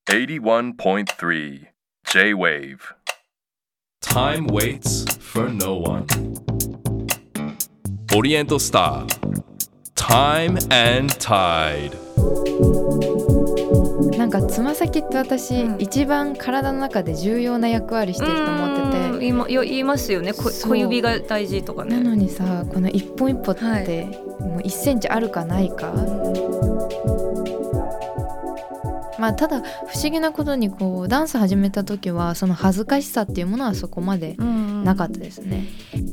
81.3 J-Wave Time waits for no one. Oriental Star Time and Tide。 なんかつま先って私、一番体の中で重要な役割してると思ってて、 言いますよね。小指が大事とかね。 なのにさ、この一本一歩って、もう1センチあるかないか、まあただ不思議なことにこうダンス始めた時はその恥ずかしさっていうものはそこまでなかったですね。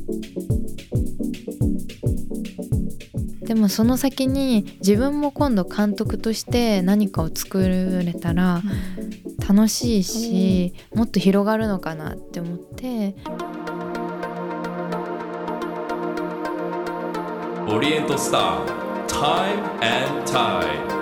でもその先に自分も今度監督として何かを作れたら楽しいし、もっと広がるのかなって思って、 オリエントスター Time and Tide。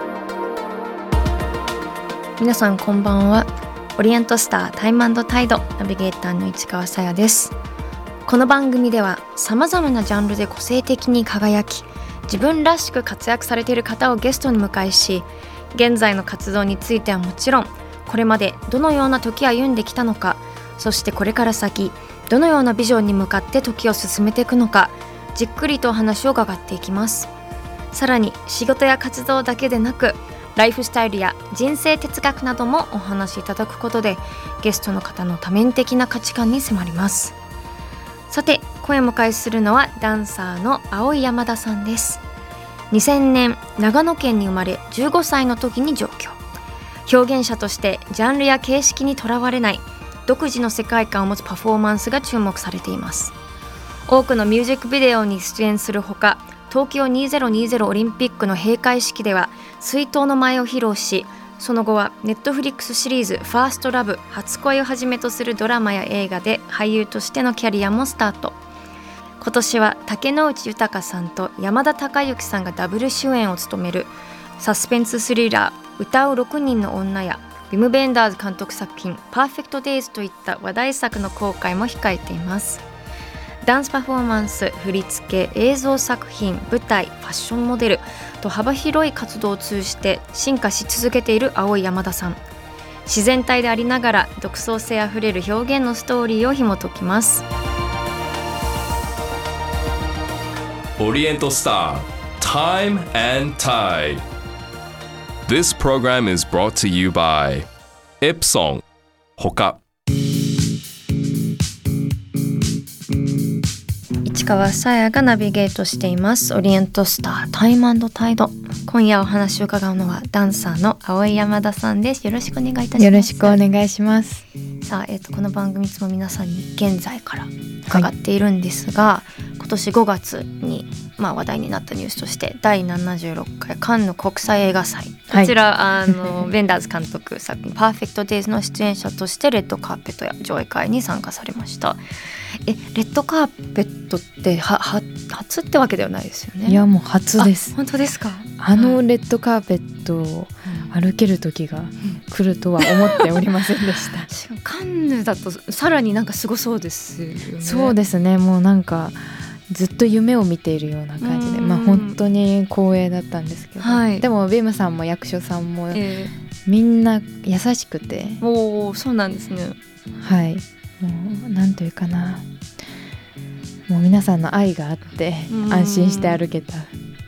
皆さんこんばんは。オリエントスタータイム&タイドナビゲーターの市川さやです。この番組ではさまざまなジャンルで個性的に輝き、自分らしく活躍されている方をゲストに迎えし、現在の活動についてはもちろん、これまでどのような時を歩んできたのか、そしてこれから先どのようなビジョンに向かって時を進めていくのか、じっくりとお話を伺っていきます。さらに仕事や活動だけでなく、ライフスタイルや人生哲学などもお話しいただくことで、ゲストの方の多面的な価値観に迫ります。さて今夜お迎えするのはダンサーの青井山田さんです。2000年長野県に生まれ、15歳の時に上京。表現者としてジャンルや形式にとらわれない独自の世界観を持つパフォーマンスが注目されています。多くのミュージックビデオに出演するほか、東京2020オリンピックの閉会式では追悼の舞を披露し、その後はネットフリックスシリーズファーストラブ初恋をはじめとするドラマや映画で俳優としてのキャリアもスタート。今年は竹野内豊さんと山田孝之さんがダブル主演を務めるサスペンススリラー歌う6人の女や、ヴィム・ベンダーズ監督作品パーフェクトデイズといった話題作の公開も控えています。ダンスパフォーマンス、振り付け、映像作品、舞台、ファッションモデルと幅広い活動を通じて進化し続けている青井山田さん。自然体でありながら独創性あふれる表現のストーリーを紐解きます。 オリエントスター Time and Tide。 This program is brought to you by Epson ほか。 市川さやがナビゲートしていますオリエントスタータイム&タイド。今夜お話を伺うのはダンサーの青井山田さんです。よろしくお願いいたします。 よろしくお願いします。 さあ、この番組いつも皆さんに現在から伺っているんですが、今年5月に、話題になったニュースとして第76回カンヌ国際映画祭、こちら、ベンダーズ監督作品パーフェクトデイズの出演者としてレッドカーペットや上映会に参加されました。レッドカーペットって初ってわけではないですよね。 いやもう初です。 本当ですか。 レッドカーペットを歩ける時が来るとは思っておりませんでした。 しかもカンヌだとさらになんかすごそうですよね。 そうですね、もうなんかずっと夢を見ているような感じで、本当に光栄だったんですけど、でもビムさんも役所さんも、みんな優しくて。 そうなんですね。 はい、もうなんというかな、もう皆さんの愛があって安心して歩けた。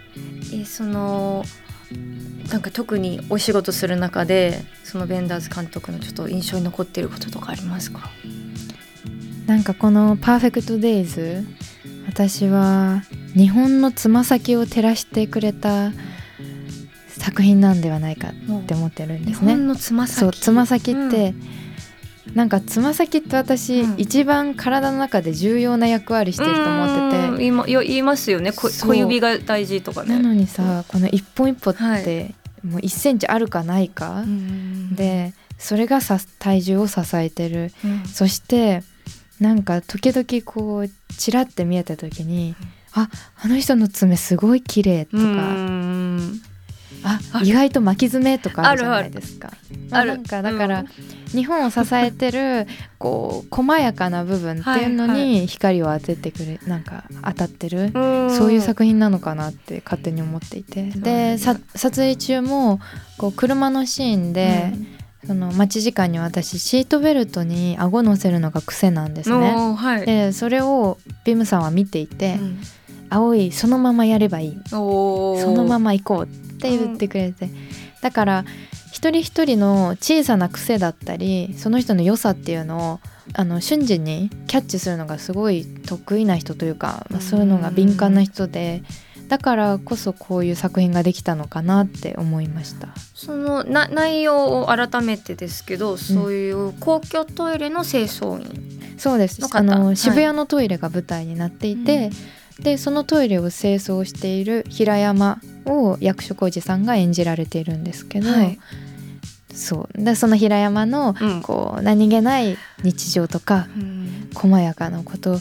なんか特にお仕事する中でそのベンダーズ監督のちょっと印象に残っていることとかありますか。 なんかこのパーフェクトデイズ、私は日本のつま先を照らしてくれた作品なんではないかって思ってるんですね。 日本のつま先。 そう、つま先って、なんかつま先って私、一番体の中で重要な役割してると思ってて、 言いますよね。小指が大事とかね。 なのにさ、この一本一歩ってもう1センチあるかないか、でそれが体重を支えてる、そしてなんか時々こうチラって見えた時に、あの人の爪すごい綺麗とか、意外と巻き爪とかあるじゃないですか。なんかだから、日本を支えてるこう細やかな部分っていうのに光を当ててくれ、なんか当たってる、そういう作品なのかなって勝手に思っていて、で撮影中もこう車のシーンで、 その待ち時間に私シートベルトに顎乗せるのが癖なんですね、 はい、 でそれをビムさんは見ていて、葵そのままやればいい、そのまま行こうって言ってくれて、だから一人一人の小さな癖だったりその人の良さっていうのを瞬時にキャッチするのがすごい得意な人というか、そういうのが敏感な人で、だからこそこういう作品ができたのかなって思いました。 その内容を改めてですけど、そういう公共トイレの清掃員、 そうです、渋谷のトイレが舞台になっていて、でそのトイレを清掃している平山を役所広司さんが演じられているんですけど、そうでその平山のこう何気ない日常とか、細やかなこと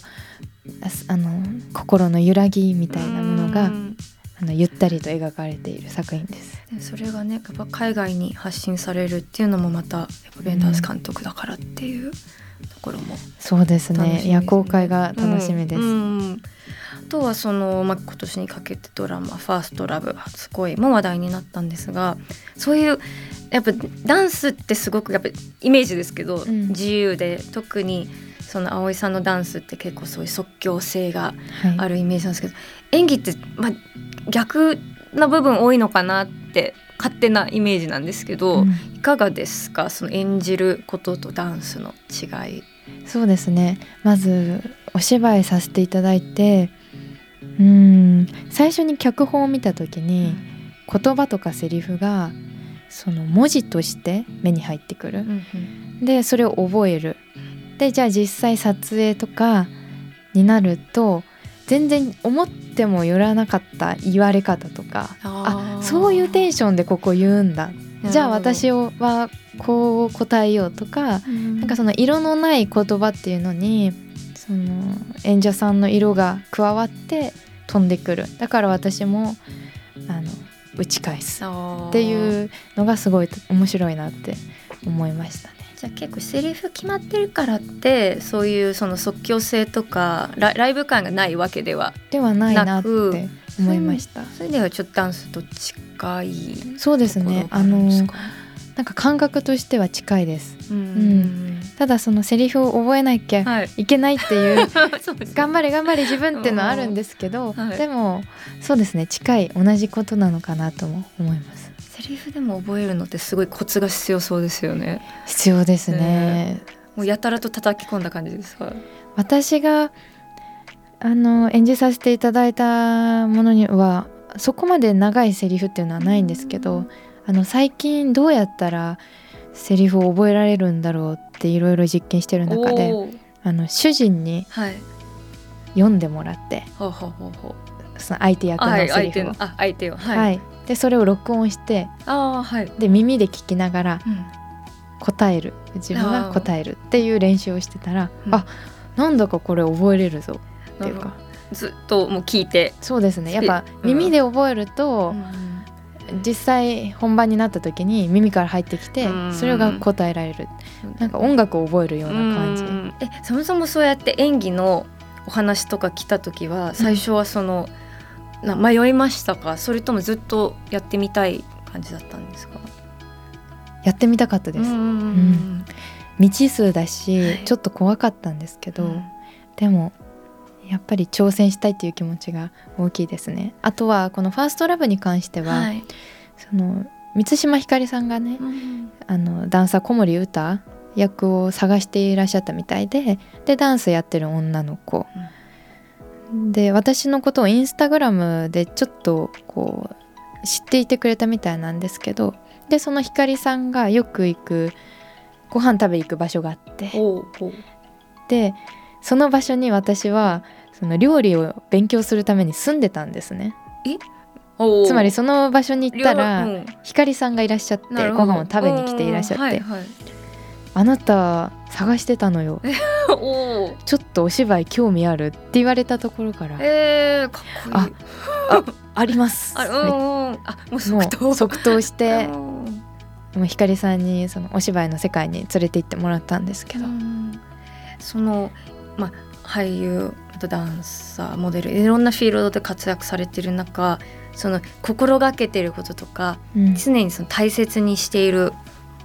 心の揺らぎみたいなものがゆったりと描かれている作品です。 それがねやっぱ海外に発信されるっていうのもまたやっぱベンダース監督だからっていうところも、 そうですね、いや公開が楽しみです。 あとは今年にかけてドラマファーストラブ初恋も話題になったんですが、そういうやっぱダンスってすごくやっぱイメージですけど、自由で、特にその葵さんのダンスって結構そういう即興性があるイメージなんですけど、演技って、逆な部分多いのかなって勝手なイメージなんですけど、いかがですか、その演じることとダンスの違い。 そうですね、まずお芝居させていただいて、最初に脚本を見た時に、言葉とかセリフがその文字として目に入ってくる、でそれを覚える、でじゃあ実際撮影とかになると全然思ってもよらなかった言われ方とか、そういうテンションでここ言うんだ、じゃあ私はこう答えようとか、なんかその色のない言葉っていうのにその演者さんの色が加わって飛んでくる、だから私も打ち返すっていうのがすごい面白いなって思いましたね。 じゃあ結構セリフ決まってるからってそういうその即興性とかライブ感がないわけではないなって思いました。 それではちょっとダンスと近い。 そうですね、なんか感覚としては近いです。ただそのセリフを覚えなきゃいけないっていう、頑張れ自分っていうのはあるんですけど、でもそうですね、近い同じことなのかなとも思います。 セリフでも覚えるのってすごいコツが必要そうですよね。 必要ですね、 もうやたらと叩き込んだ感じですか。 私が演じさせていただいたものにはそこまで長いセリフっていうのはないんですけど、最近どうやったらセリフを覚えられるんだろうっていろいろ実験してる中で、主人に読んでもらって、その相手役のセリフを、 相手を、 でそれを録音して、で耳で聞きながら答える、自分が答えるっていう練習をしてたら、なんだかこれ覚えれるぞっていうか、 ずっともう聞いて。 そうですね、やっぱ耳で覚えると、実際本番になった時に耳から入ってきて、それが答えられる、なんか音楽を覚えるような感じ。 そもそもそうやって演技のお話とか来た時は最初は迷いましたか、それともずっとやってみたい感じだったんですか。 やってみたかったです。未知数だし、ちょっと怖かったんですけど、でもやっぱり挑戦したいっていう気持ちが大きいですね。あとはこのファーストラブに関しては、その満島ひかりさんがね、ダンサー小森詩役を探していらっしゃったみたいで、ダンスやってる女の子、で私のことをインスタグラムでちょっとこう知っていてくれたみたいなんですけど、でそのひかりさんがよく行くご飯食べ行く場所があって、でその場所に私はその料理を勉強するために住んでたんですね。つまりその場所に行ったら、ひかりさんがいらっしゃって、ご飯を食べに来ていらっしゃって、あなた探してたのよちょっとお芝居興味あるって言われたところから、 かっこいい。 ありますもう即答してもうひかりさんにそのお芝居の世界に連れて行ってもらったんですけど、 その俳優、あとダンサー、モデル、いろんなフィールドで活躍されている中、その心がけていることとか、常にその大切にしている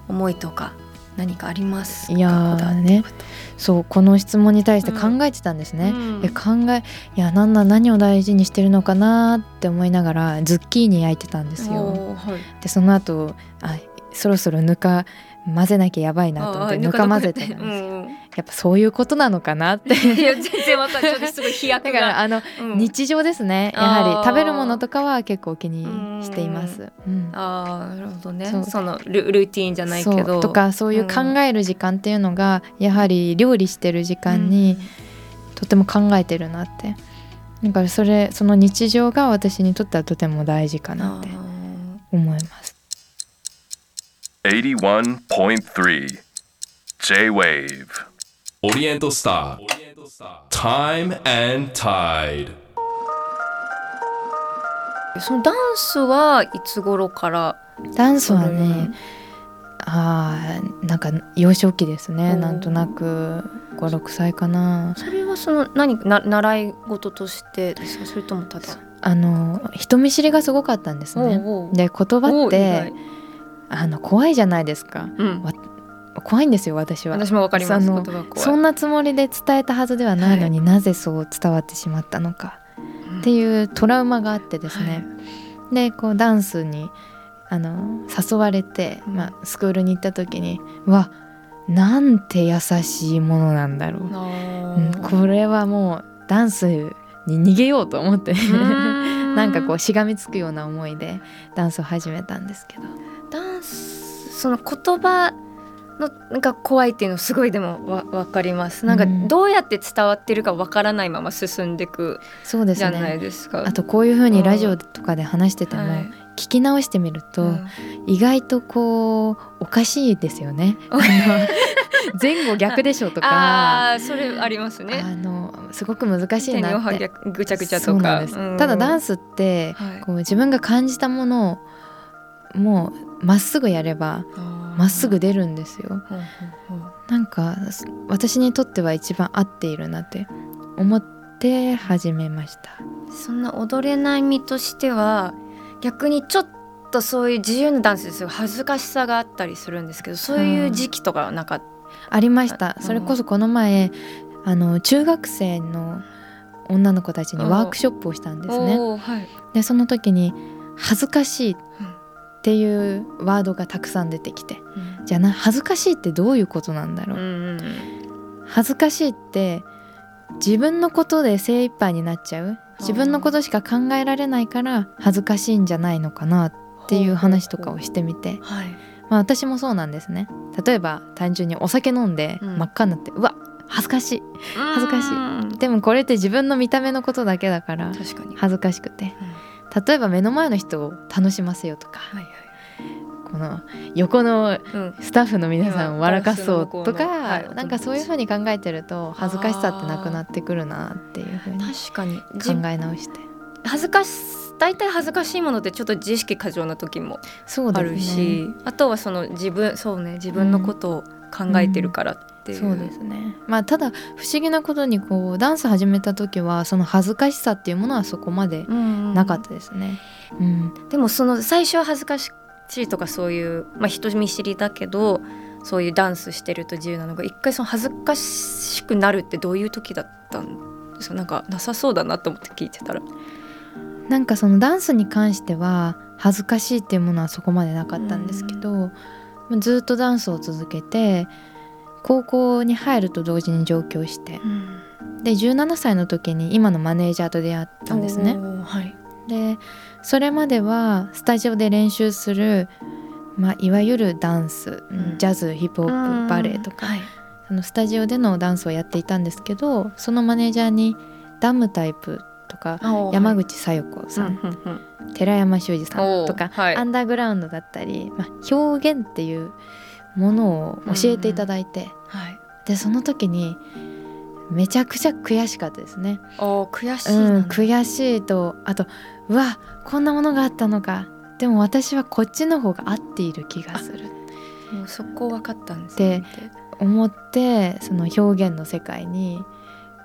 思いとか何かありますか？ いやね、そうこの質問に対して考えてたんですね、いや何を大事にしてるのかなって思いながらズッキーニ焼いてたんですよ、でその後そろそろ混ぜなきゃやばいなと思ってぬか混ぜてたんですよ、やっぱそういうことなのかなっていや全然わかる。すごい飛躍がだから日常ですね、やはり食べるものとかは結構気にしています、 なるほどね。そのルーティーンじゃないけどとかそういう考える時間っていうのがやはり料理してる時間にとても考えてるなって、だからその日常が私にとってはとても大事かなって思います。 81.3 J-Wave オリエントスター Time and Tide。 そのダンスはいつ頃から？ ダンスはね、なんか幼少期ですね。なんとなく5、6歳かな。 それは習い事としてですか？それともただ人見知りがすごかったんですね。で言葉って怖いじゃないですか、怖いんですよ私は。 私もわかります。言葉怖い。 そんなつもりで伝えたはずではないのに、なぜそう伝わってしまったのかっていうトラウマがあってですね、でこうダンスに誘われて、スクールに行った時になんて優しいものなんだろう、これはもうダンスに逃げようと思ってなんかこうしがみつくような思いでダンスを始めたんですけど、 ダンスその言葉のなんか怖いっていうのすごいでも分かります。なんかどうやって伝わってるか分からないまま進んでいくじゃないですか。 あとこういう風にラジオとかで話してても、聞き直してみると、意外とこうおかしいですよね前後逆でしょとかそれありますね。 すごく難しいなって。 ぐちゃぐちゃとか。 ただダンスって、こう自分が感じたものをもうまっすぐやればまっすぐ出るんですよ。なんか私にとっては一番合っているなって思って始めました。 そんな踊れない身としては逆にちょっとそういう自由なダンスですよ、恥ずかしさがあったりするんですけど、そういう時期とかはなんかありました。それこそこの前中学生の女の子たちにワークショップをしたんですね。でその時に恥ずかしいっていうワードがたくさん出てきて、じゃあ恥ずかしいってどういうことなんだろう、恥ずかしいって自分のことで精一杯になっちゃう、自分のことしか考えられないから恥ずかしいんじゃないのかなっていう話とかをしてみて、私もそうなんですね。例えば単純にお酒飲んで真っ赤になって、恥ずかしい恥ずかしい、でもこれって自分の見た目のことだけだから恥ずかしくて、例えば目の前の人を楽しませようとか、この横のスタッフの皆さんを笑かそうとか、なんかそういう風に考えてると恥ずかしさってなくなってくるなっていう風に考え直して、 大体恥ずかしいものってちょっと自意識過剰な時もあるし、あとはその自分のことを考えてるからっていう、 そうですね。ただ不思議なことにこうダンス始めた時はその恥ずかしさっていうものはそこまでなかったですね。 でもその最初は恥ずかしいとかそういう、人見知りだけどそういうダンスしてると自由なのが一回その恥ずかしくなるってどういう時だったんですか？なんかなさそうだなと思って聞いてたら、 なんかそのダンスに関しては恥ずかしいっていうものはそこまでなかったんですけど、ずっとダンスを続けて高校に入ると同時に上京して、で17歳の時に今のマネージャーと出会ったんですね。でそれまではスタジオで練習する、いわゆるダンス、ジャズ、ヒップホップ、バレエとか、そのスタジオでのダンスをやっていたんですけど、そのマネージャーにダムタイプとか山口小夜子さん、寺山修司さんとか、アンダーグラウンドだったり、表現っていうものを教えていただいて、でその時にめちゃくちゃ悔しかったですね。 悔しい、 悔しいと、あとこんなものがあったのか、でも私はこっちの方が合っている気がする、 もうそこ分かったんですねって思って、その表現の世界に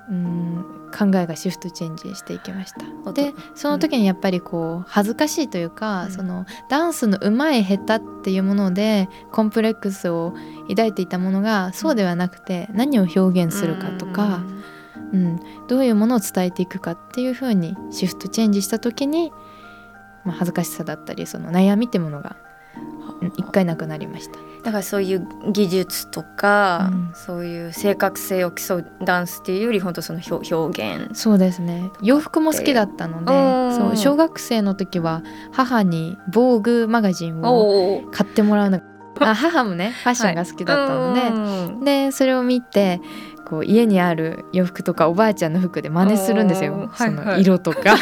考えがシフトチェンジしていきました。でその時にやっぱりこう恥ずかしいというか、そのダンスの上手い下手っていうものでコンプレックスを抱いていたものがそうではなくて、何を表現するかとか、どういうものを伝えていくかっていう風にシフトチェンジした時に、恥ずかしさだったりその悩みってものが一回なくなりました。 だからそういう技術とか、そういう正確性を競うダンスっていうより本当その表現。 そうですね。洋服も好きだったので、そう小学生の時は母に防具マガジンを買ってもらうの母もねファッションが好きだったので、でそれを見てこう家にある洋服とかおばあちゃんの服で真似するんですよ、その色とか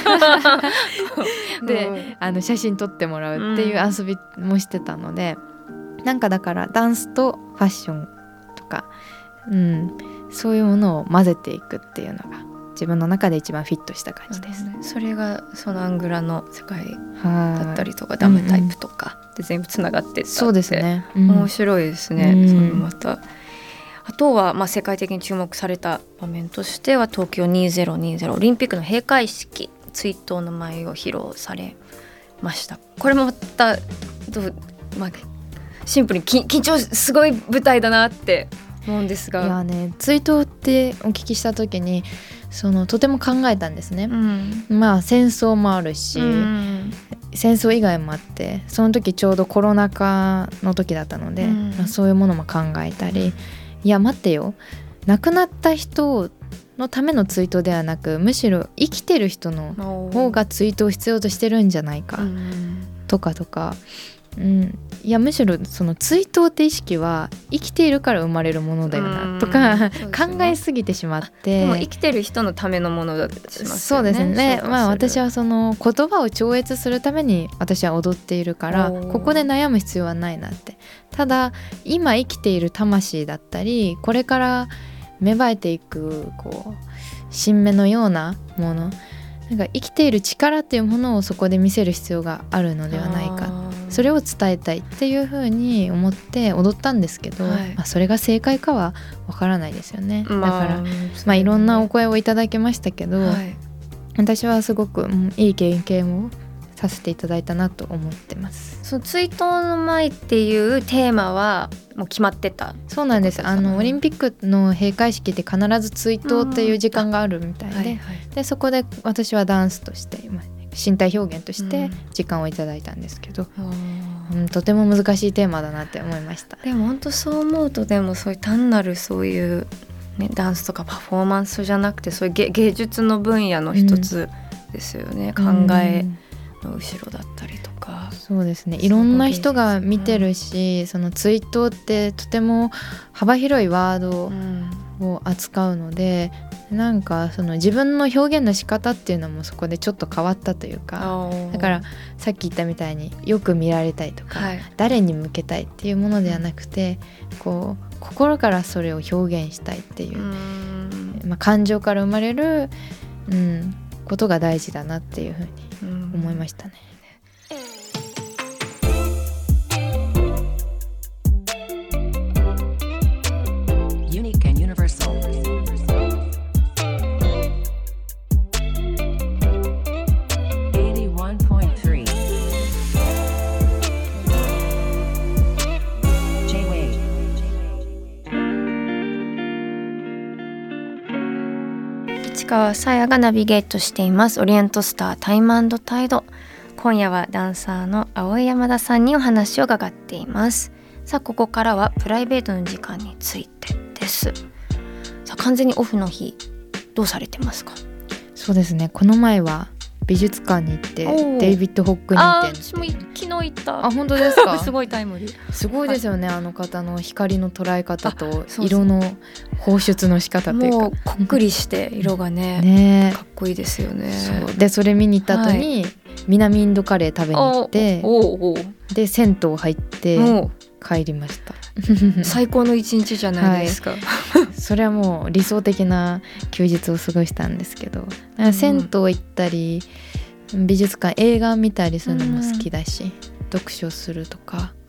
で写真撮ってもらうっていう遊びもしてたので、なんかだからダンスとファッションとか、そういうものを混ぜていくっていうのが自分の中で一番フィットした感じです。 それがそのアングラの世界だったりとか、ダムタイプとかで全部つながってったって、 そうですね、 面白いですね、それまた。あとは世界的に注目された場面としては東京2020オリンピックの閉会式追悼の舞を披露されました。これもまたシンプルに緊張すごい舞台だなって思うんですが、 いやね、追悼ってお聞きした時にとても考えたんですね、戦争もあるし、戦争以外もあって、その時ちょうどコロナ禍の時だったので、そういうものも考えたり、いや待ってよ、亡くなった人のための追悼ではなく、むしろ生きてる人の方が追悼を必要としてるんじゃないかとか、いやむしろその追悼って意識は生きているから生まれるものだよなとか、考えすぎてしまって、 でも生きてる人のためのものだったりしますよね。 そうですね。私はその言葉を超越するために私は踊っているから、ここで悩む必要はないなって。ただ今生きている魂だったり、これから芽生えていく新芽のようなもの、なんか生きている力っていうものをそこで見せる必要があるのではないか、それを伝えたいっていうふうに思って踊ったんですけど、それが正解かはわからないですよね。だからいろんなお声をいただきましたけど、私はすごくいい経験をさせていただいたなと思ってます。 その追悼の舞っていうテーマはもう決まってた？ そうなんです。オリンピックの閉会式って必ず追悼っていう時間があるみたいで、でそこで私はダンスとして身体表現として時間をいただいたんですけど、とても難しいテーマだなって思いました。 でも本当そう思うと、でもそういう単なるそういう、ダンスとかパフォーマンスじゃなくて、そういう芸術の分野の一つですよね、考えの後ろだったりとか。 そうですね、いろんな人が見てるし、その追悼ってとても幅広いワードを扱うので、なんかその自分の表現の仕方っていうのもそこでちょっと変わったというか、だからさっき言ったみたいによく見られたいとか、誰に向けたいっていうものではなくて、心からそれを表現したいっていう、感情から生まれる、ことが大事だなっていうふうに思いましたね。 Unique and universal. J-Wave 市川さやがナビゲートしていますオリエントスタータイム&タイド。今夜はダンサーの青井山田さんにお話を伺っています。さあここからはプライベートの時間についてです。さあ完全にオフの日どうされてますか？ そうですね、この前は美術館に行ってデイビッド・ホックニー展。 私も昨日行った。 本当ですか？ すごいタイムリー。 すごいですよね、あの方の光の捉え方と色の放出の仕方というか、 もうこっくりして色がねかっこいいですよね。 でそれ見に行った後に、南インドカレー食べに行って、で銭湯入って帰りました。 最高の一日じゃないですか、 それはもう理想的な休日を過ごしたんですけど、銭湯行ったり美術館映画見たりするのも好きだし、読書するとか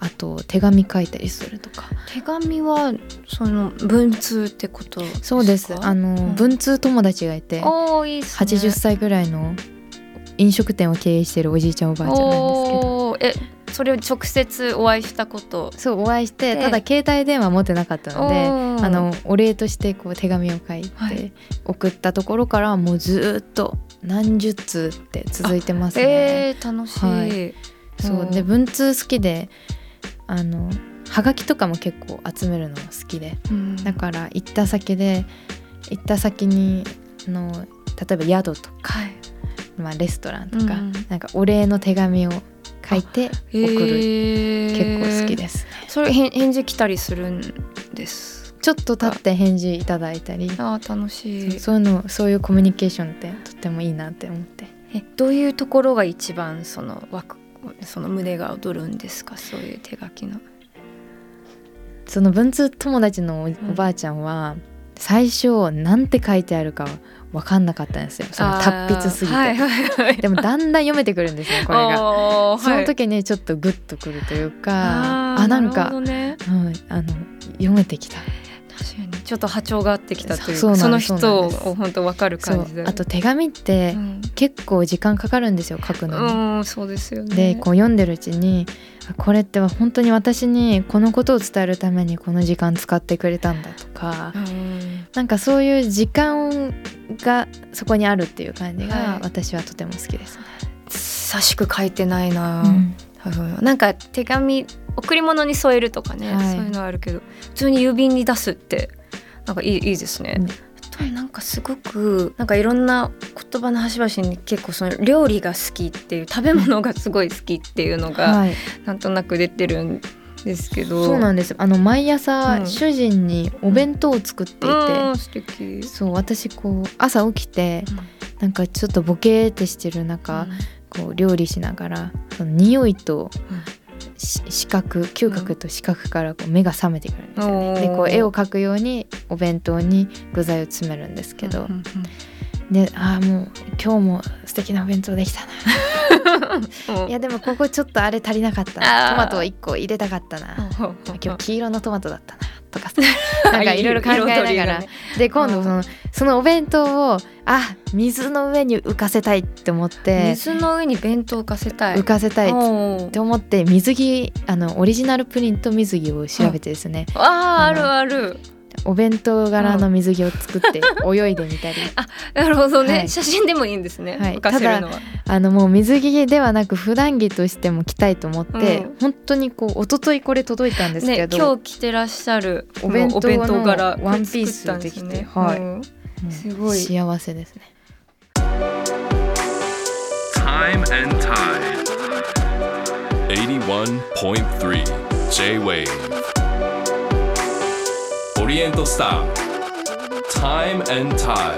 あと手紙書いたりするとか。 手紙はその文通ってことですか？ そうです。文通友達がいて、 いいっすね、 80歳ぐらいの飲食店を経営しているおじいちゃんおばあちゃんなんですけど、 それを直接お会いしたこと？ そうお会いして、ただ携帯電話持ってなかったので、お礼としてこう手紙を書いて送ったところからもうずっと何十通って続いてますね。 楽しい、 はい、そうで文通好きで、はがきとかも結構集めるの好きで、だから行った先に例えば宿とか、レストランとか、なんかお礼の手紙を書いて送る、結構好きですね。 それ返事来たりするんですか？ ちょっと経って返事いただいたり。 楽しい。 そういうコミュニケーションってとってもいいなって思って。 どういうところが一番その胸が躍るんですか？そういう手書きの。 その文通友達のおばあちゃんは、最初なんて書いてあるか分かんなかったんですよ。その達筆すぎて、でもだんだん読めてくるんですね、これが。その時にちょっとグッとくるというか、なんか、読めてきた。 確かにちょっと波長が合ってきたというか、その人を本当分かる感じで。 あと手紙って結構時間かかるんですよ、書くのに。 そうですよね。 でこう読んでるうちに、これって本当に私にこのことを伝えるためにこの時間使ってくれたんだとか、なんかそういう時間がそこにあるっていう感じが私はとても好きですね。 久しく書いてないな、なんか手紙贈り物に添えるとかね、そういうのあるけど、普通に郵便に出すってなんかいいですね。あとなんかすごくなんかいろんな言葉の端々に結構その料理が好きっていう、食べ物がすごい好きっていうのがなんとなく出てるんですけど。 そうなんです。毎朝主人にお弁当を作っていて、 素敵。 そう私こう朝起きて、なんかちょっとボケーってしてる中、こう料理しながらその匂いと、視覚、嗅覚と視覚からこう目が覚めてくるんですよね。でこう絵を描くようにお弁当に具材を詰めるんですけど、でもう今日も素敵なお弁当できたな。いやでもここちょっとあれ足りなかったな、トマトを1個入れたかったな、今日黄色のトマトだったなとかなんかいろいろ考えながら、で今度そのお弁当を水の上に浮かせたいって思って、 水の上に弁当浮かせたいって思って、水着オリジナルプリント水着を調べてですね、 あるある、 お弁当柄の水着を作って泳いでみたり、 なるほどね、写真でもいいんですね、浮かせるのは。 ただもう水着ではなく普段着としても着たいと思って、本当にこう一昨日これ届いたんですけど、 今日着てらっしゃるお弁当柄ワンピースできて、 すごい幸せですね。 Time and Tide 81.3 J-Wave オリエントスター Time and Tide。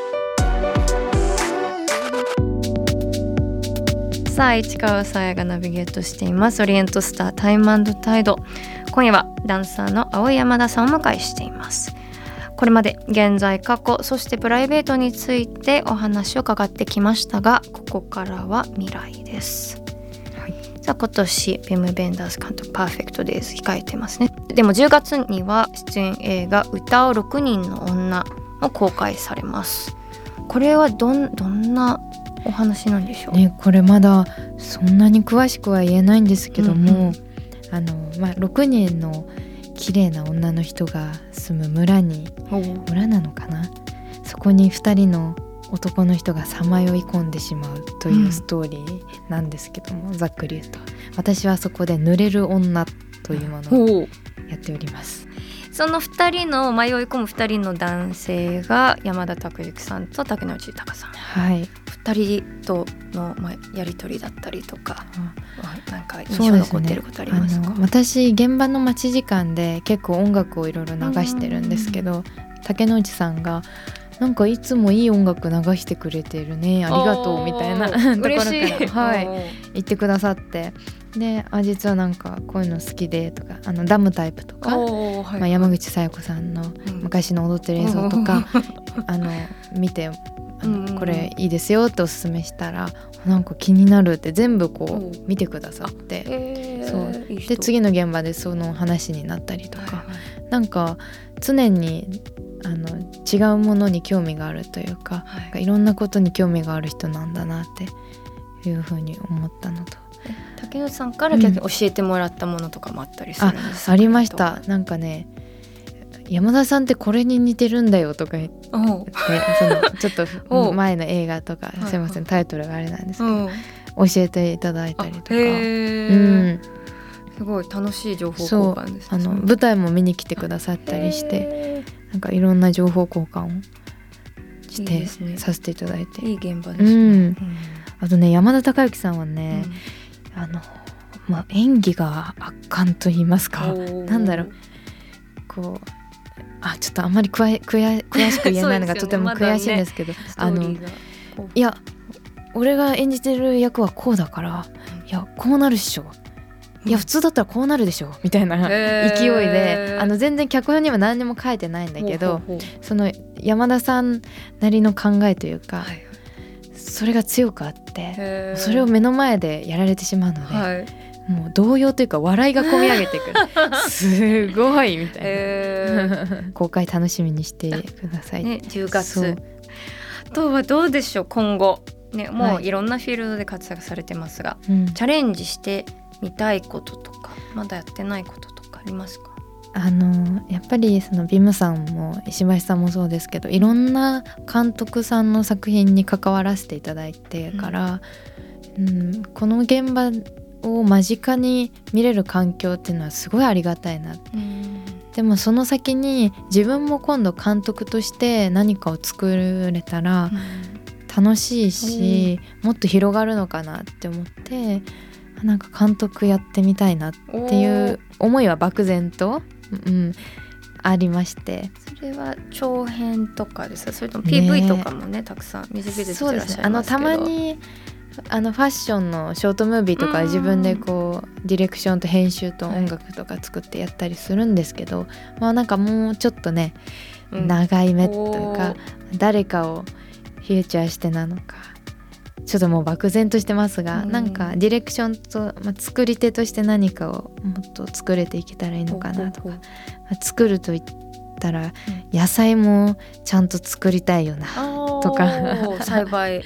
さあ市川さやがナビゲートしていますオリエントスタータイム&タイド。今夜はダンサーの青井山田さんをお迎えしています。これまで現在、過去、そしてプライベートについてお話を伺ってきましたが、ここからは未来です。さあ今年ヴィム・ベンダース監督パーフェクトデイズ控えてますね。でも10月には出演映画歌う6人の女も公開されます。これはどんなお話なんでしょうね。これまだそんなに詳しくは言えないんですけども、6人の綺麗な女の人が住む村なのかな、そこに2人の男の人がさまよい込んでしまうというストーリーなんですけども、ざっくり言うと私はそこで濡れる女というものをやっております。 その2人の迷い込む2人の男性が山田孝之さんと竹野内豊さん、2人との、やり取りだったりとか、なんか印象残ってることありますか？ 私現場の待ち時間で結構音楽をいろいろ流してるんですけど、竹野内さんがなんかいつもいい音楽流してくれてるね、ありがとうみたいなところから言ってくださって、で実はなんかこういうの好きでとか、ダムタイプとか、山口小夜子さんの昔の踊ってる映像とか見てこれいいですよっておすすめしたらなんか気になるって全部こう見てくださって、そういい人で次の現場でその話になったりとか、 はいはい、 なんか常に違うものに興味があるというか、 はい、 いろんなことに興味がある人なんだなっていうふうに思ったのと、 竹内さんから逆に教えてもらったものとかもあったりするんですか？ ありました。なんかね、山田さんってこれに似てるんだよとか言ってそのちょっと前の映画とかすいませんタイトルがあれなんですけど教えていただいたりとか、 すごい楽しい情報交換ですね。 そう舞台も見に来てくださったりしてなんかいろんな情報交換をしていいですね、 させていただいていい現場ですね、 あとね山田孝之さんはね、演技が圧巻と言いますか、なんだろうこうちょっとあんまり詳しく言えないのがとても悔しいんですけど、いや俺が演じてる役はこうだからいやこうなるっしょ、いや普通だったらこうなるでしょみたいな勢いで全然脚本には何にも書いてないんだけどその山田さんなりの考えというか、それが強くあってそれを目の前でやられてしまうので、もう動揺というか笑いがこみ上げてくるすごいみたいな公開楽しみにしてください、 10月。あとはどうでしょう今後、もういろんなフィールドで活躍されてますが、チャレンジしてみたいこととかまだやってないこととかありますか？ やっぱりそのビムさんも石橋さんもそうですけどいろんな監督さんの作品に関わらせていただいてから、この現場を間近に見れる環境っていうのはすごいありがたいな、でもその先に自分も今度監督として何かを作れたら楽しいし、もっと広がるのかなって思ってなんか監督やってみたいなっていう思いは漠然と、ありまして、 それは長編とかですか？それとも PV とかもねたくさんミュージックビデオ出てらっしゃいますけど、 たまにファッションのショートムービーとか自分でこうディレクションと編集と音楽とか作ってやったりするんですけど、なんかもうちょっとね、長い目というか誰かをフューチャーしてなのかちょっともう漠然としてますが、なんかディレクションと、作り手として何かをもっと作れていけたらいいのかなとか、作ると言ったら、野菜もちゃんと作りたいよなとか栽培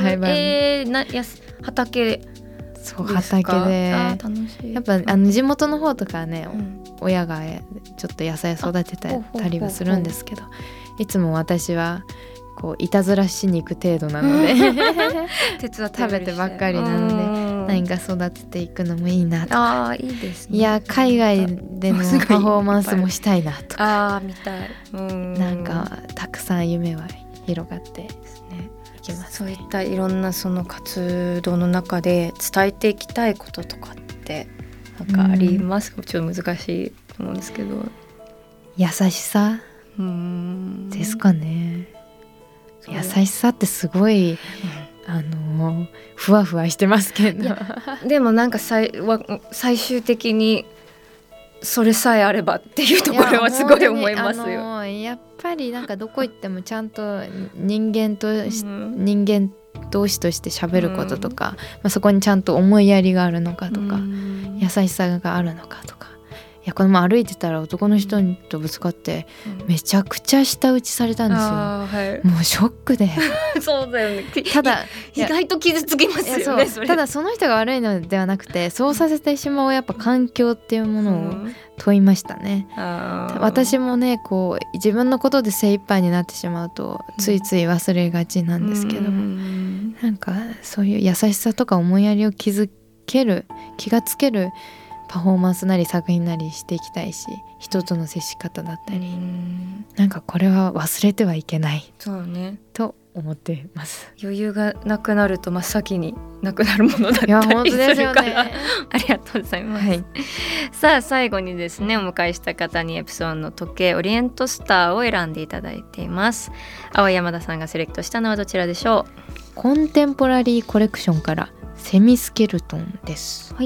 畑そう畑で楽しい。 やっぱ地元の方とかね、親がちょっと野菜育てたりはするんですけど、いつも私はこういたずらしに行く程度なので手伝って食べてばっかりなので何か育てていくのもいいなとか、 いいですね。 いや海外でのパフォーマンスもしたいなとか、 見たい。 なんかたくさん夢は広がってですねいきますね。 そういったいろんなその活動の中で伝えていきたいこととかってなんかありますか？ちょっと難しいと思うんですけど。 優しさですかね。優しさってすごい、ふわふわしてますけど、 でもなんか最終的にそれさえあればっていうところはすごい思いますよ。 やっぱりなんかどこ行ってもちゃんと人間同士として喋ることとか、そこにちゃんと思いやりがあるのかとか、優しさがあるのかとか、いやこの前歩いてたら男の人とぶつかってめちゃくちゃ舌打ちされたんですよ、もうショックでそうだよね。 ただ意外と傷つきますよね。 ただその人が悪いのではなくて、そうさせてしまうやっぱ環境っていうものを問いましたね。私もねこう自分のことで精一杯になってしまうとついつい忘れがちなんですけども、なんかそういう優しさとか思いやりを気がつけるパフォーマンスなり作品なりしていきたいし、人との接し方だったり、なんかこれは忘れてはいけないと思っています。 余裕がなくなると真っ先になくなるものだったりするから。いや本当ですよねありがとうございます、さあ最後にですねお迎えした方にエプソンの時計オリエントスターを選んでいただいています。青山田さんがセレクトしたのはどちらでしょう？ コンテンポラリーコレクションからセミスケルトンです。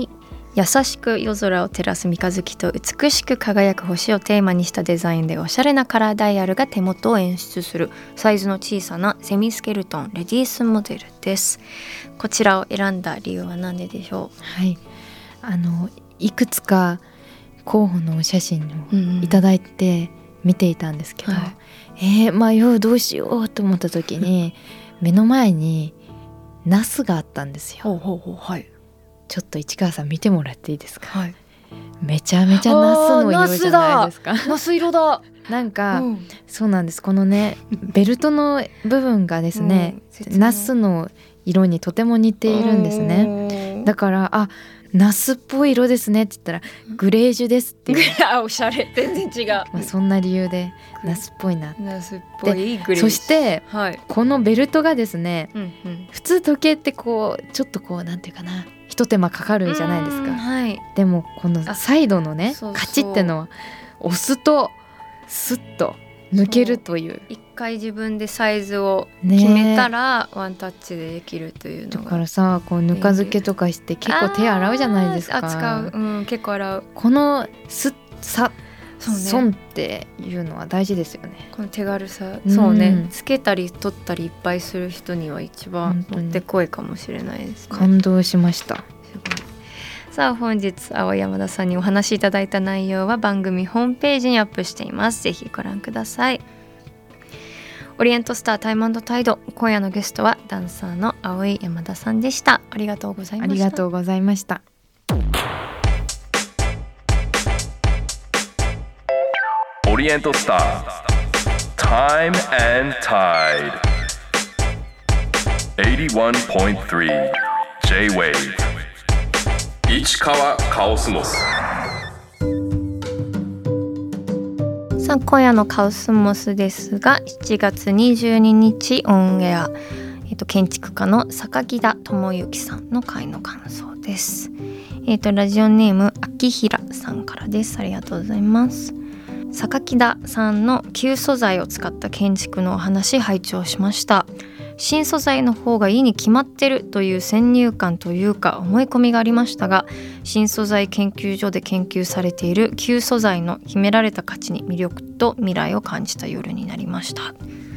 優しく夜空を照らす三日月と美しく輝く星をテーマにしたデザインでおしゃれなカラーダイヤルが手元を演出するサイズの小さなセミスケルトンレディースモデルです。こちらを選んだ理由は何ででしょう？ はい、いくつか候補のお写真をいただいて見ていたんですけど、迷うどうしようと思った時に目の前にナスがあったんですよ。 はい、 ちょっと市川さん見てもらっていいですか？ はい、 めちゃめちゃナスの色じゃないですか？ ナス色だ。 なんか、そうなんです。このねベルトの部分がですね、ナスの色にとても似ているんですね。だからナスっぽい色ですねって言ったらグレージュですっていうおしゃれ、全然違う。 そんな理由でナスっぽいな。 ナスっぽいグレージュ。 そして、このベルトがですね、普通時計ってこうちょっとこうなんていうかな、一手間かかるじゃないですか。でもこのサイドのねカチッってのは押すとスッと抜けるという。 一回自分でサイズを決めたらワンタッチでできるというのが。 だからさ、こうぬか漬けとかして結構手洗うじゃないですか。 使う、結構洗う。 この損っていうのは大事ですよね。 この手軽さ、そうね、つけたり取ったりいっぱいする人には一番もってこいかもしれないですね。 感動しました。 さあ本日青山田さんにお話しいただいた内容は番組ホームページにアップしています。ぜひご覧ください。オリエントスタータイム&タイド、今夜のゲストはダンサーの青井山田さんでした。ありがとうございました。 ありがとうございました。 オリエントスタータイム&タイド 81.3 J-Wave 市川カオスモス。 さあ今夜のカオスモスですが、7月22日オンエア、建築家の榊田智之さんの回の感想です。ラジオネーム秋平さんからです。ありがとうございます。榊田さんの旧素材を使った建築のお話拝聴しました。新素材の方がいいに決まってるという先入観というか思い込みがありましたが、新素材研究所で研究されている旧素材の秘められた価値に魅力と未来を感じた夜になりました。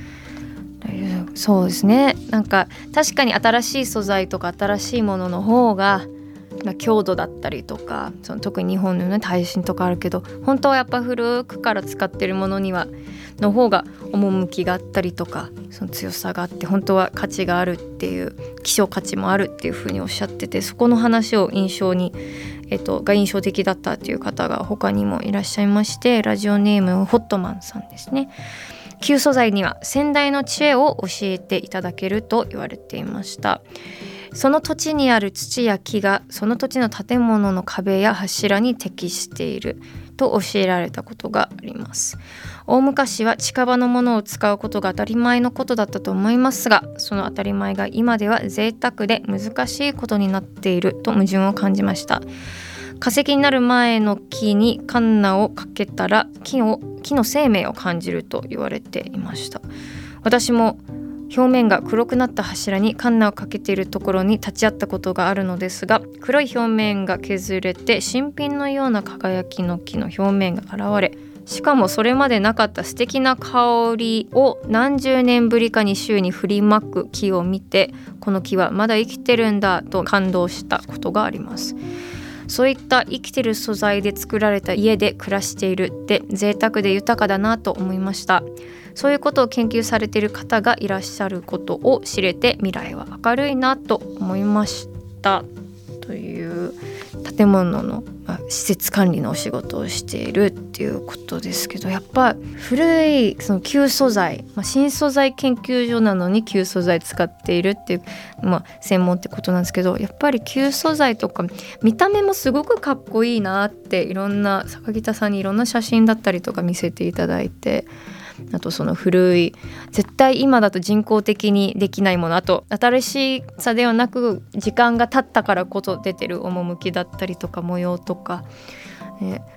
そうですね、なんか確かに新しい素材とか新しいものの方が強度だったりとか、その特に日本の、耐震とかあるけど、本当はやっぱ古くから使ってるものにはの方が趣があったりとか、その強さがあって本当は価値があるっていう、希少価値もあるっていうふうにおっしゃってて、そこの話を印象的だったっていう方が他にもいらっしゃいまして、ラジオネームホットマンさんですね。旧素材には先代の知恵を教えていただけると言われていました。その土地にある土や木がその土地の建物の壁や柱に適していると教えられたことがあります。大昔は近場のものを使うことが当たり前のことだったと思いますが、その当たり前が今では贅沢で難しいことになっていると矛盾を感じました。化石になる前の木にカンナをかけたら木の生命を感じると言われていました。私も表面が黒くなった柱にカンナをかけているところに立ち会ったことがあるのですが、黒い表面が削れて新品のような輝きの木の表面が現れ、しかもそれまでなかった素敵な香りを何十年ぶりかに周に振りまく木を見て、この木はまだ生きてるんだと感動したことがあります。そういった生きてる素材で作られた家で暮らしているって贅沢で豊かだなと思いました。そういうことを研究されている方がいらっしゃることを知れて、未来は明るいなと思いましたという建物の、施設管理のお仕事をしているっていうことですけど、やっぱ古いその旧素材、新素材研究所なのに旧素材使っているっていう、専門ってことなんですけど、やっぱり旧素材とか見た目もすごくかっこいいなって、いろんな榊田さんにいろんな写真だったりとか見せていただいて、あとその古い絶対今だと人工的にできないもの、あと新しさではなく時間が経ったからこそ出てる趣だったりとか模様とか、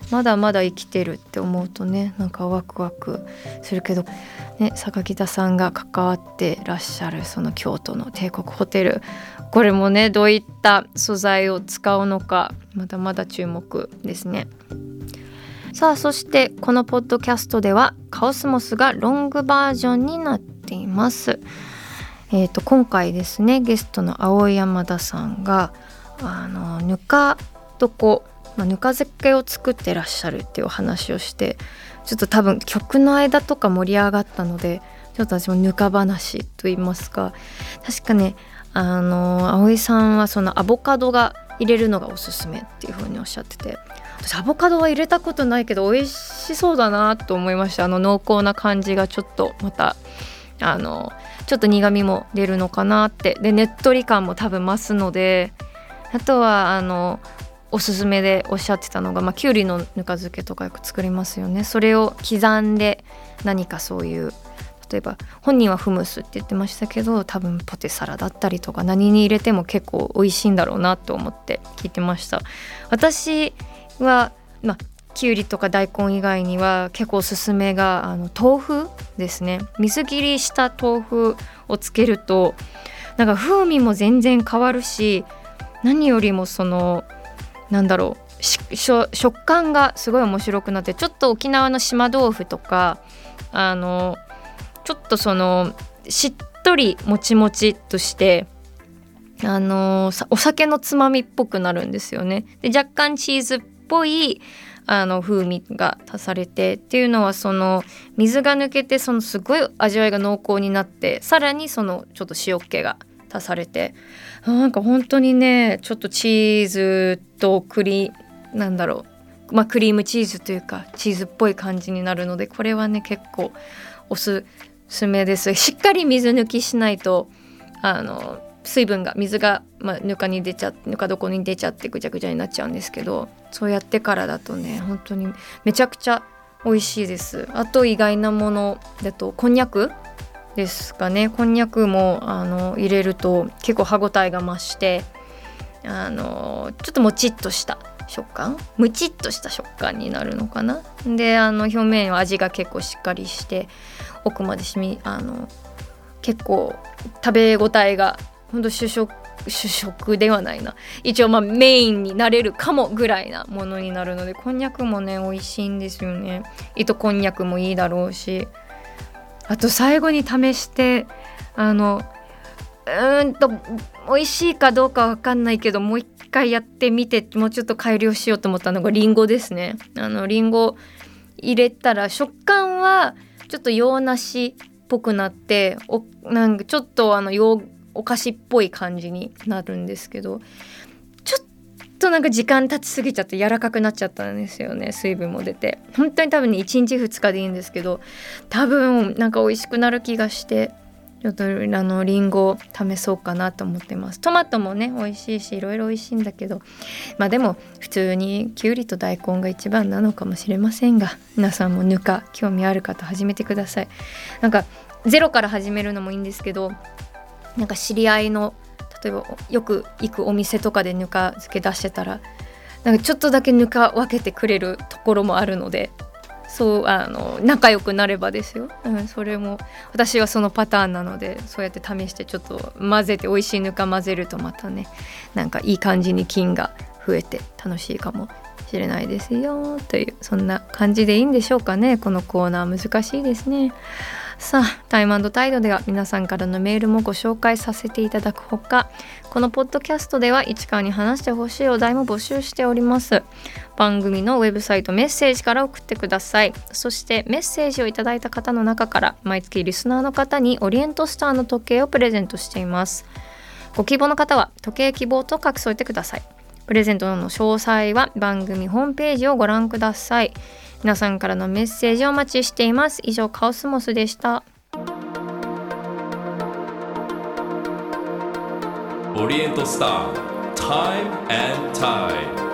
まだまだ生きてるって思うとね、なんかワクワクするけどね、坂北さんが関わってらっしゃるその京都の帝国ホテル、これもねどういった素材を使うのかまだまだ注目ですね。さあ、そしてこのポッドキャストではカオスモスがロングバージョンになっています。今回ですね、ゲストの青山田さんがぬか床、ぬか漬けを作ってらっしゃるっていうお話をして、ちょっと多分曲の間とか盛り上がったので、ちょっと私もぬか話と言いますか、確かね葵さんはそのアボカドが入れるのがおすすめっていう風におっしゃってて、私アボカドは入れたことないけど美味しそうだなと思いました。濃厚な感じがちょっとまたちょっと苦味も出るのかなって、でねっとり感も多分増すので、あとはおすすめでおっしゃってたのが、きゅうりのぬか漬けとかよく作りますよね。それを刻んで何かそういう、例えば本人はフムスって言ってましたけど、多分ポテサラだったりとか何に入れても結構美味しいんだろうなと思って聞いてました。私はきゅうりとか大根以外には結構おすすめが豆腐ですね。水切りした豆腐をつけるとなんか風味も全然変わるし、何よりもその食感がすごい面白くなって、ちょっと沖縄の島豆腐とかちょっとそのしっとりもちもちっとしてお酒のつまみっぽくなるんですよね。で若干チーズっぽい風味が足されてっていうのは、その水が抜けてそのすごい味わいが濃厚になって、さらにそのちょっと塩気が足されて、なんか本当にねちょっとチーズとクリームチーズというかチーズっぽい感じになるので、これはね結構おすすめです。しっかり水抜きしないと水分が水が、ぬか床に出ちゃってぐちゃぐちゃになっちゃうんですけど、そうやってからだとね本当にめちゃくちゃ美味しいです。あと意外なものだとこんにゃくですかね。こんにゃくも入れると結構歯ごたえが増して、ちょっともちっとした食感、ムチっとした食感になるのかな。で表面は味が結構しっかりして奥まで結構食べ応えが本当主食ではないな、一応メインになれるかもぐらいなものになるので、こんにゃくもね美味しいんですよね。糸こんにゃくもいいだろうし、あと最後に試して美味しいかどうかわかんないけどもう一回やってみて、もうちょっと改良しようと思ったのがリンゴですね。リンゴ入れたら食感はちょっと洋梨っぽくなってなんかちょっとお菓子っぽい感じになるんですけど、ちょっとなんか時間経ちすぎちゃって柔らかくなっちゃったんですよね。水分も出て本当に多分ね1日2日でいいんですけど、多分なんか美味しくなる気がして、ちょっとリンゴを試そうかなと思ってます。トマトもね美味しいしいろいろ美味しいんだけど、でも普通にきゅうりと大根が一番なのかもしれませんが、皆さんもぬか興味ある方始めてください。なんかゼロから始めるのもいいんですけど、なんか知り合いの例えばよく行くお店とかでぬか漬け出してたら、なんかちょっとだけぬか分けてくれるところもあるので、そう仲良くなればですよ、それも私はそのパターンなので、そうやって試してちょっと混ぜて、美味しいぬか混ぜるとまたねなんかいい感じに菌が増えて楽しいかもしれないですよという、そんな感じでいいんでしょうかね。このコーナー難しいですね。さあ、タイム&タイドでは皆さんからのメールもご紹介させていただくほか、このポッドキャストでは市川に話してほしいお題も募集しております。番組のウェブサイトメッセージから送ってください。そしてメッセージをいただいた方の中から毎月リスナーの方にオリエントスターの時計をプレゼントしています。ご希望の方は時計希望と書き添えてください。プレゼントの詳細は番組ホームページをご覧ください。皆さんからのメッセージをお待ちしています。以上、カオスモスでした。 オリエントスター Time and Tide、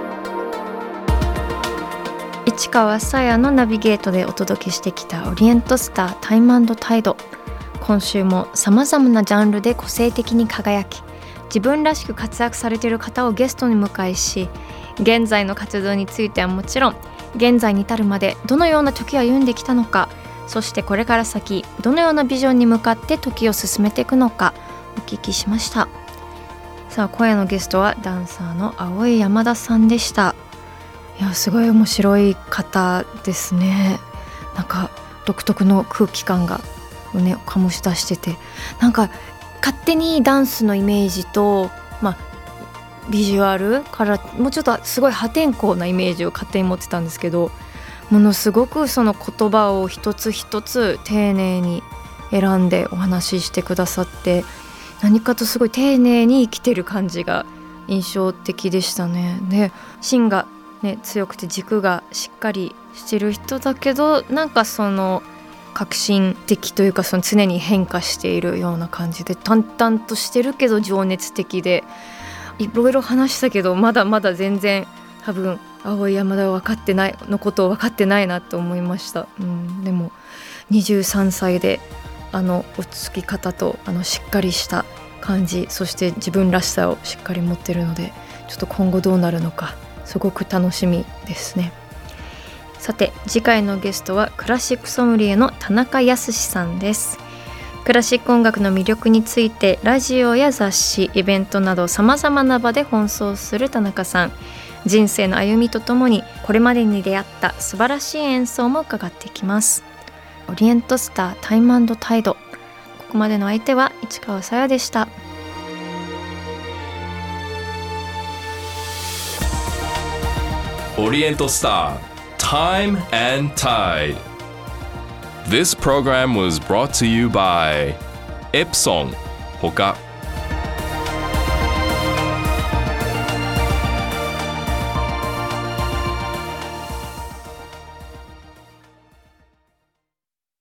市川さやのナビゲートでお届けしてきたオリエントスタータイム&タイド。今週もさまざまなジャンルで個性的に輝き、自分らしく活躍されている方をゲストに迎えし、現在の活動についてはもちろん現在に至るまでどのような時を歩んできたのか、そしてこれから先どのようなビジョンに向かって時を進めていくのかお聞きしました。さあ今夜のゲストはダンサーの青井山田さんでした。いやすごい面白い方ですね。なんか独特の空気感がね醸し出してて、なんか勝手にダンスのイメージと、ビジュアルからもうちょっとすごい破天荒なイメージを勝手に持ってたんですけど、ものすごくその言葉を一つ一つ丁寧に選んでお話ししてくださって、何かとすごい丁寧に生きてる感じが印象的でしたね。で芯が、ね、強くて軸がしっかりしてる人だけど、なんかその革新的というか、その常に変化しているような感じで、淡々としてるけど情熱的で、いろいろ話したけどまだまだ全然多分青井山田は分かってないのことを分かってないなと思いました。でも23歳で落ち着き方としっかりした感じ、そして自分らしさをしっかり持ってるので、ちょっと今後どうなるのかすごく楽しみですね。さて次回のゲストはクラシックソムリエの田中康さんです。クラシック音楽の魅力についてラジオや雑誌、イベントなどさまざまな場で奔走する田中さん、人生の歩みとともにこれまでに出会った素晴らしい演奏も伺っていきます。オリエントスタータイム&タイド、ここまでの相手は市川さやでした。 オリエントスター Time and Tide. This program was brought to you by Epson ほか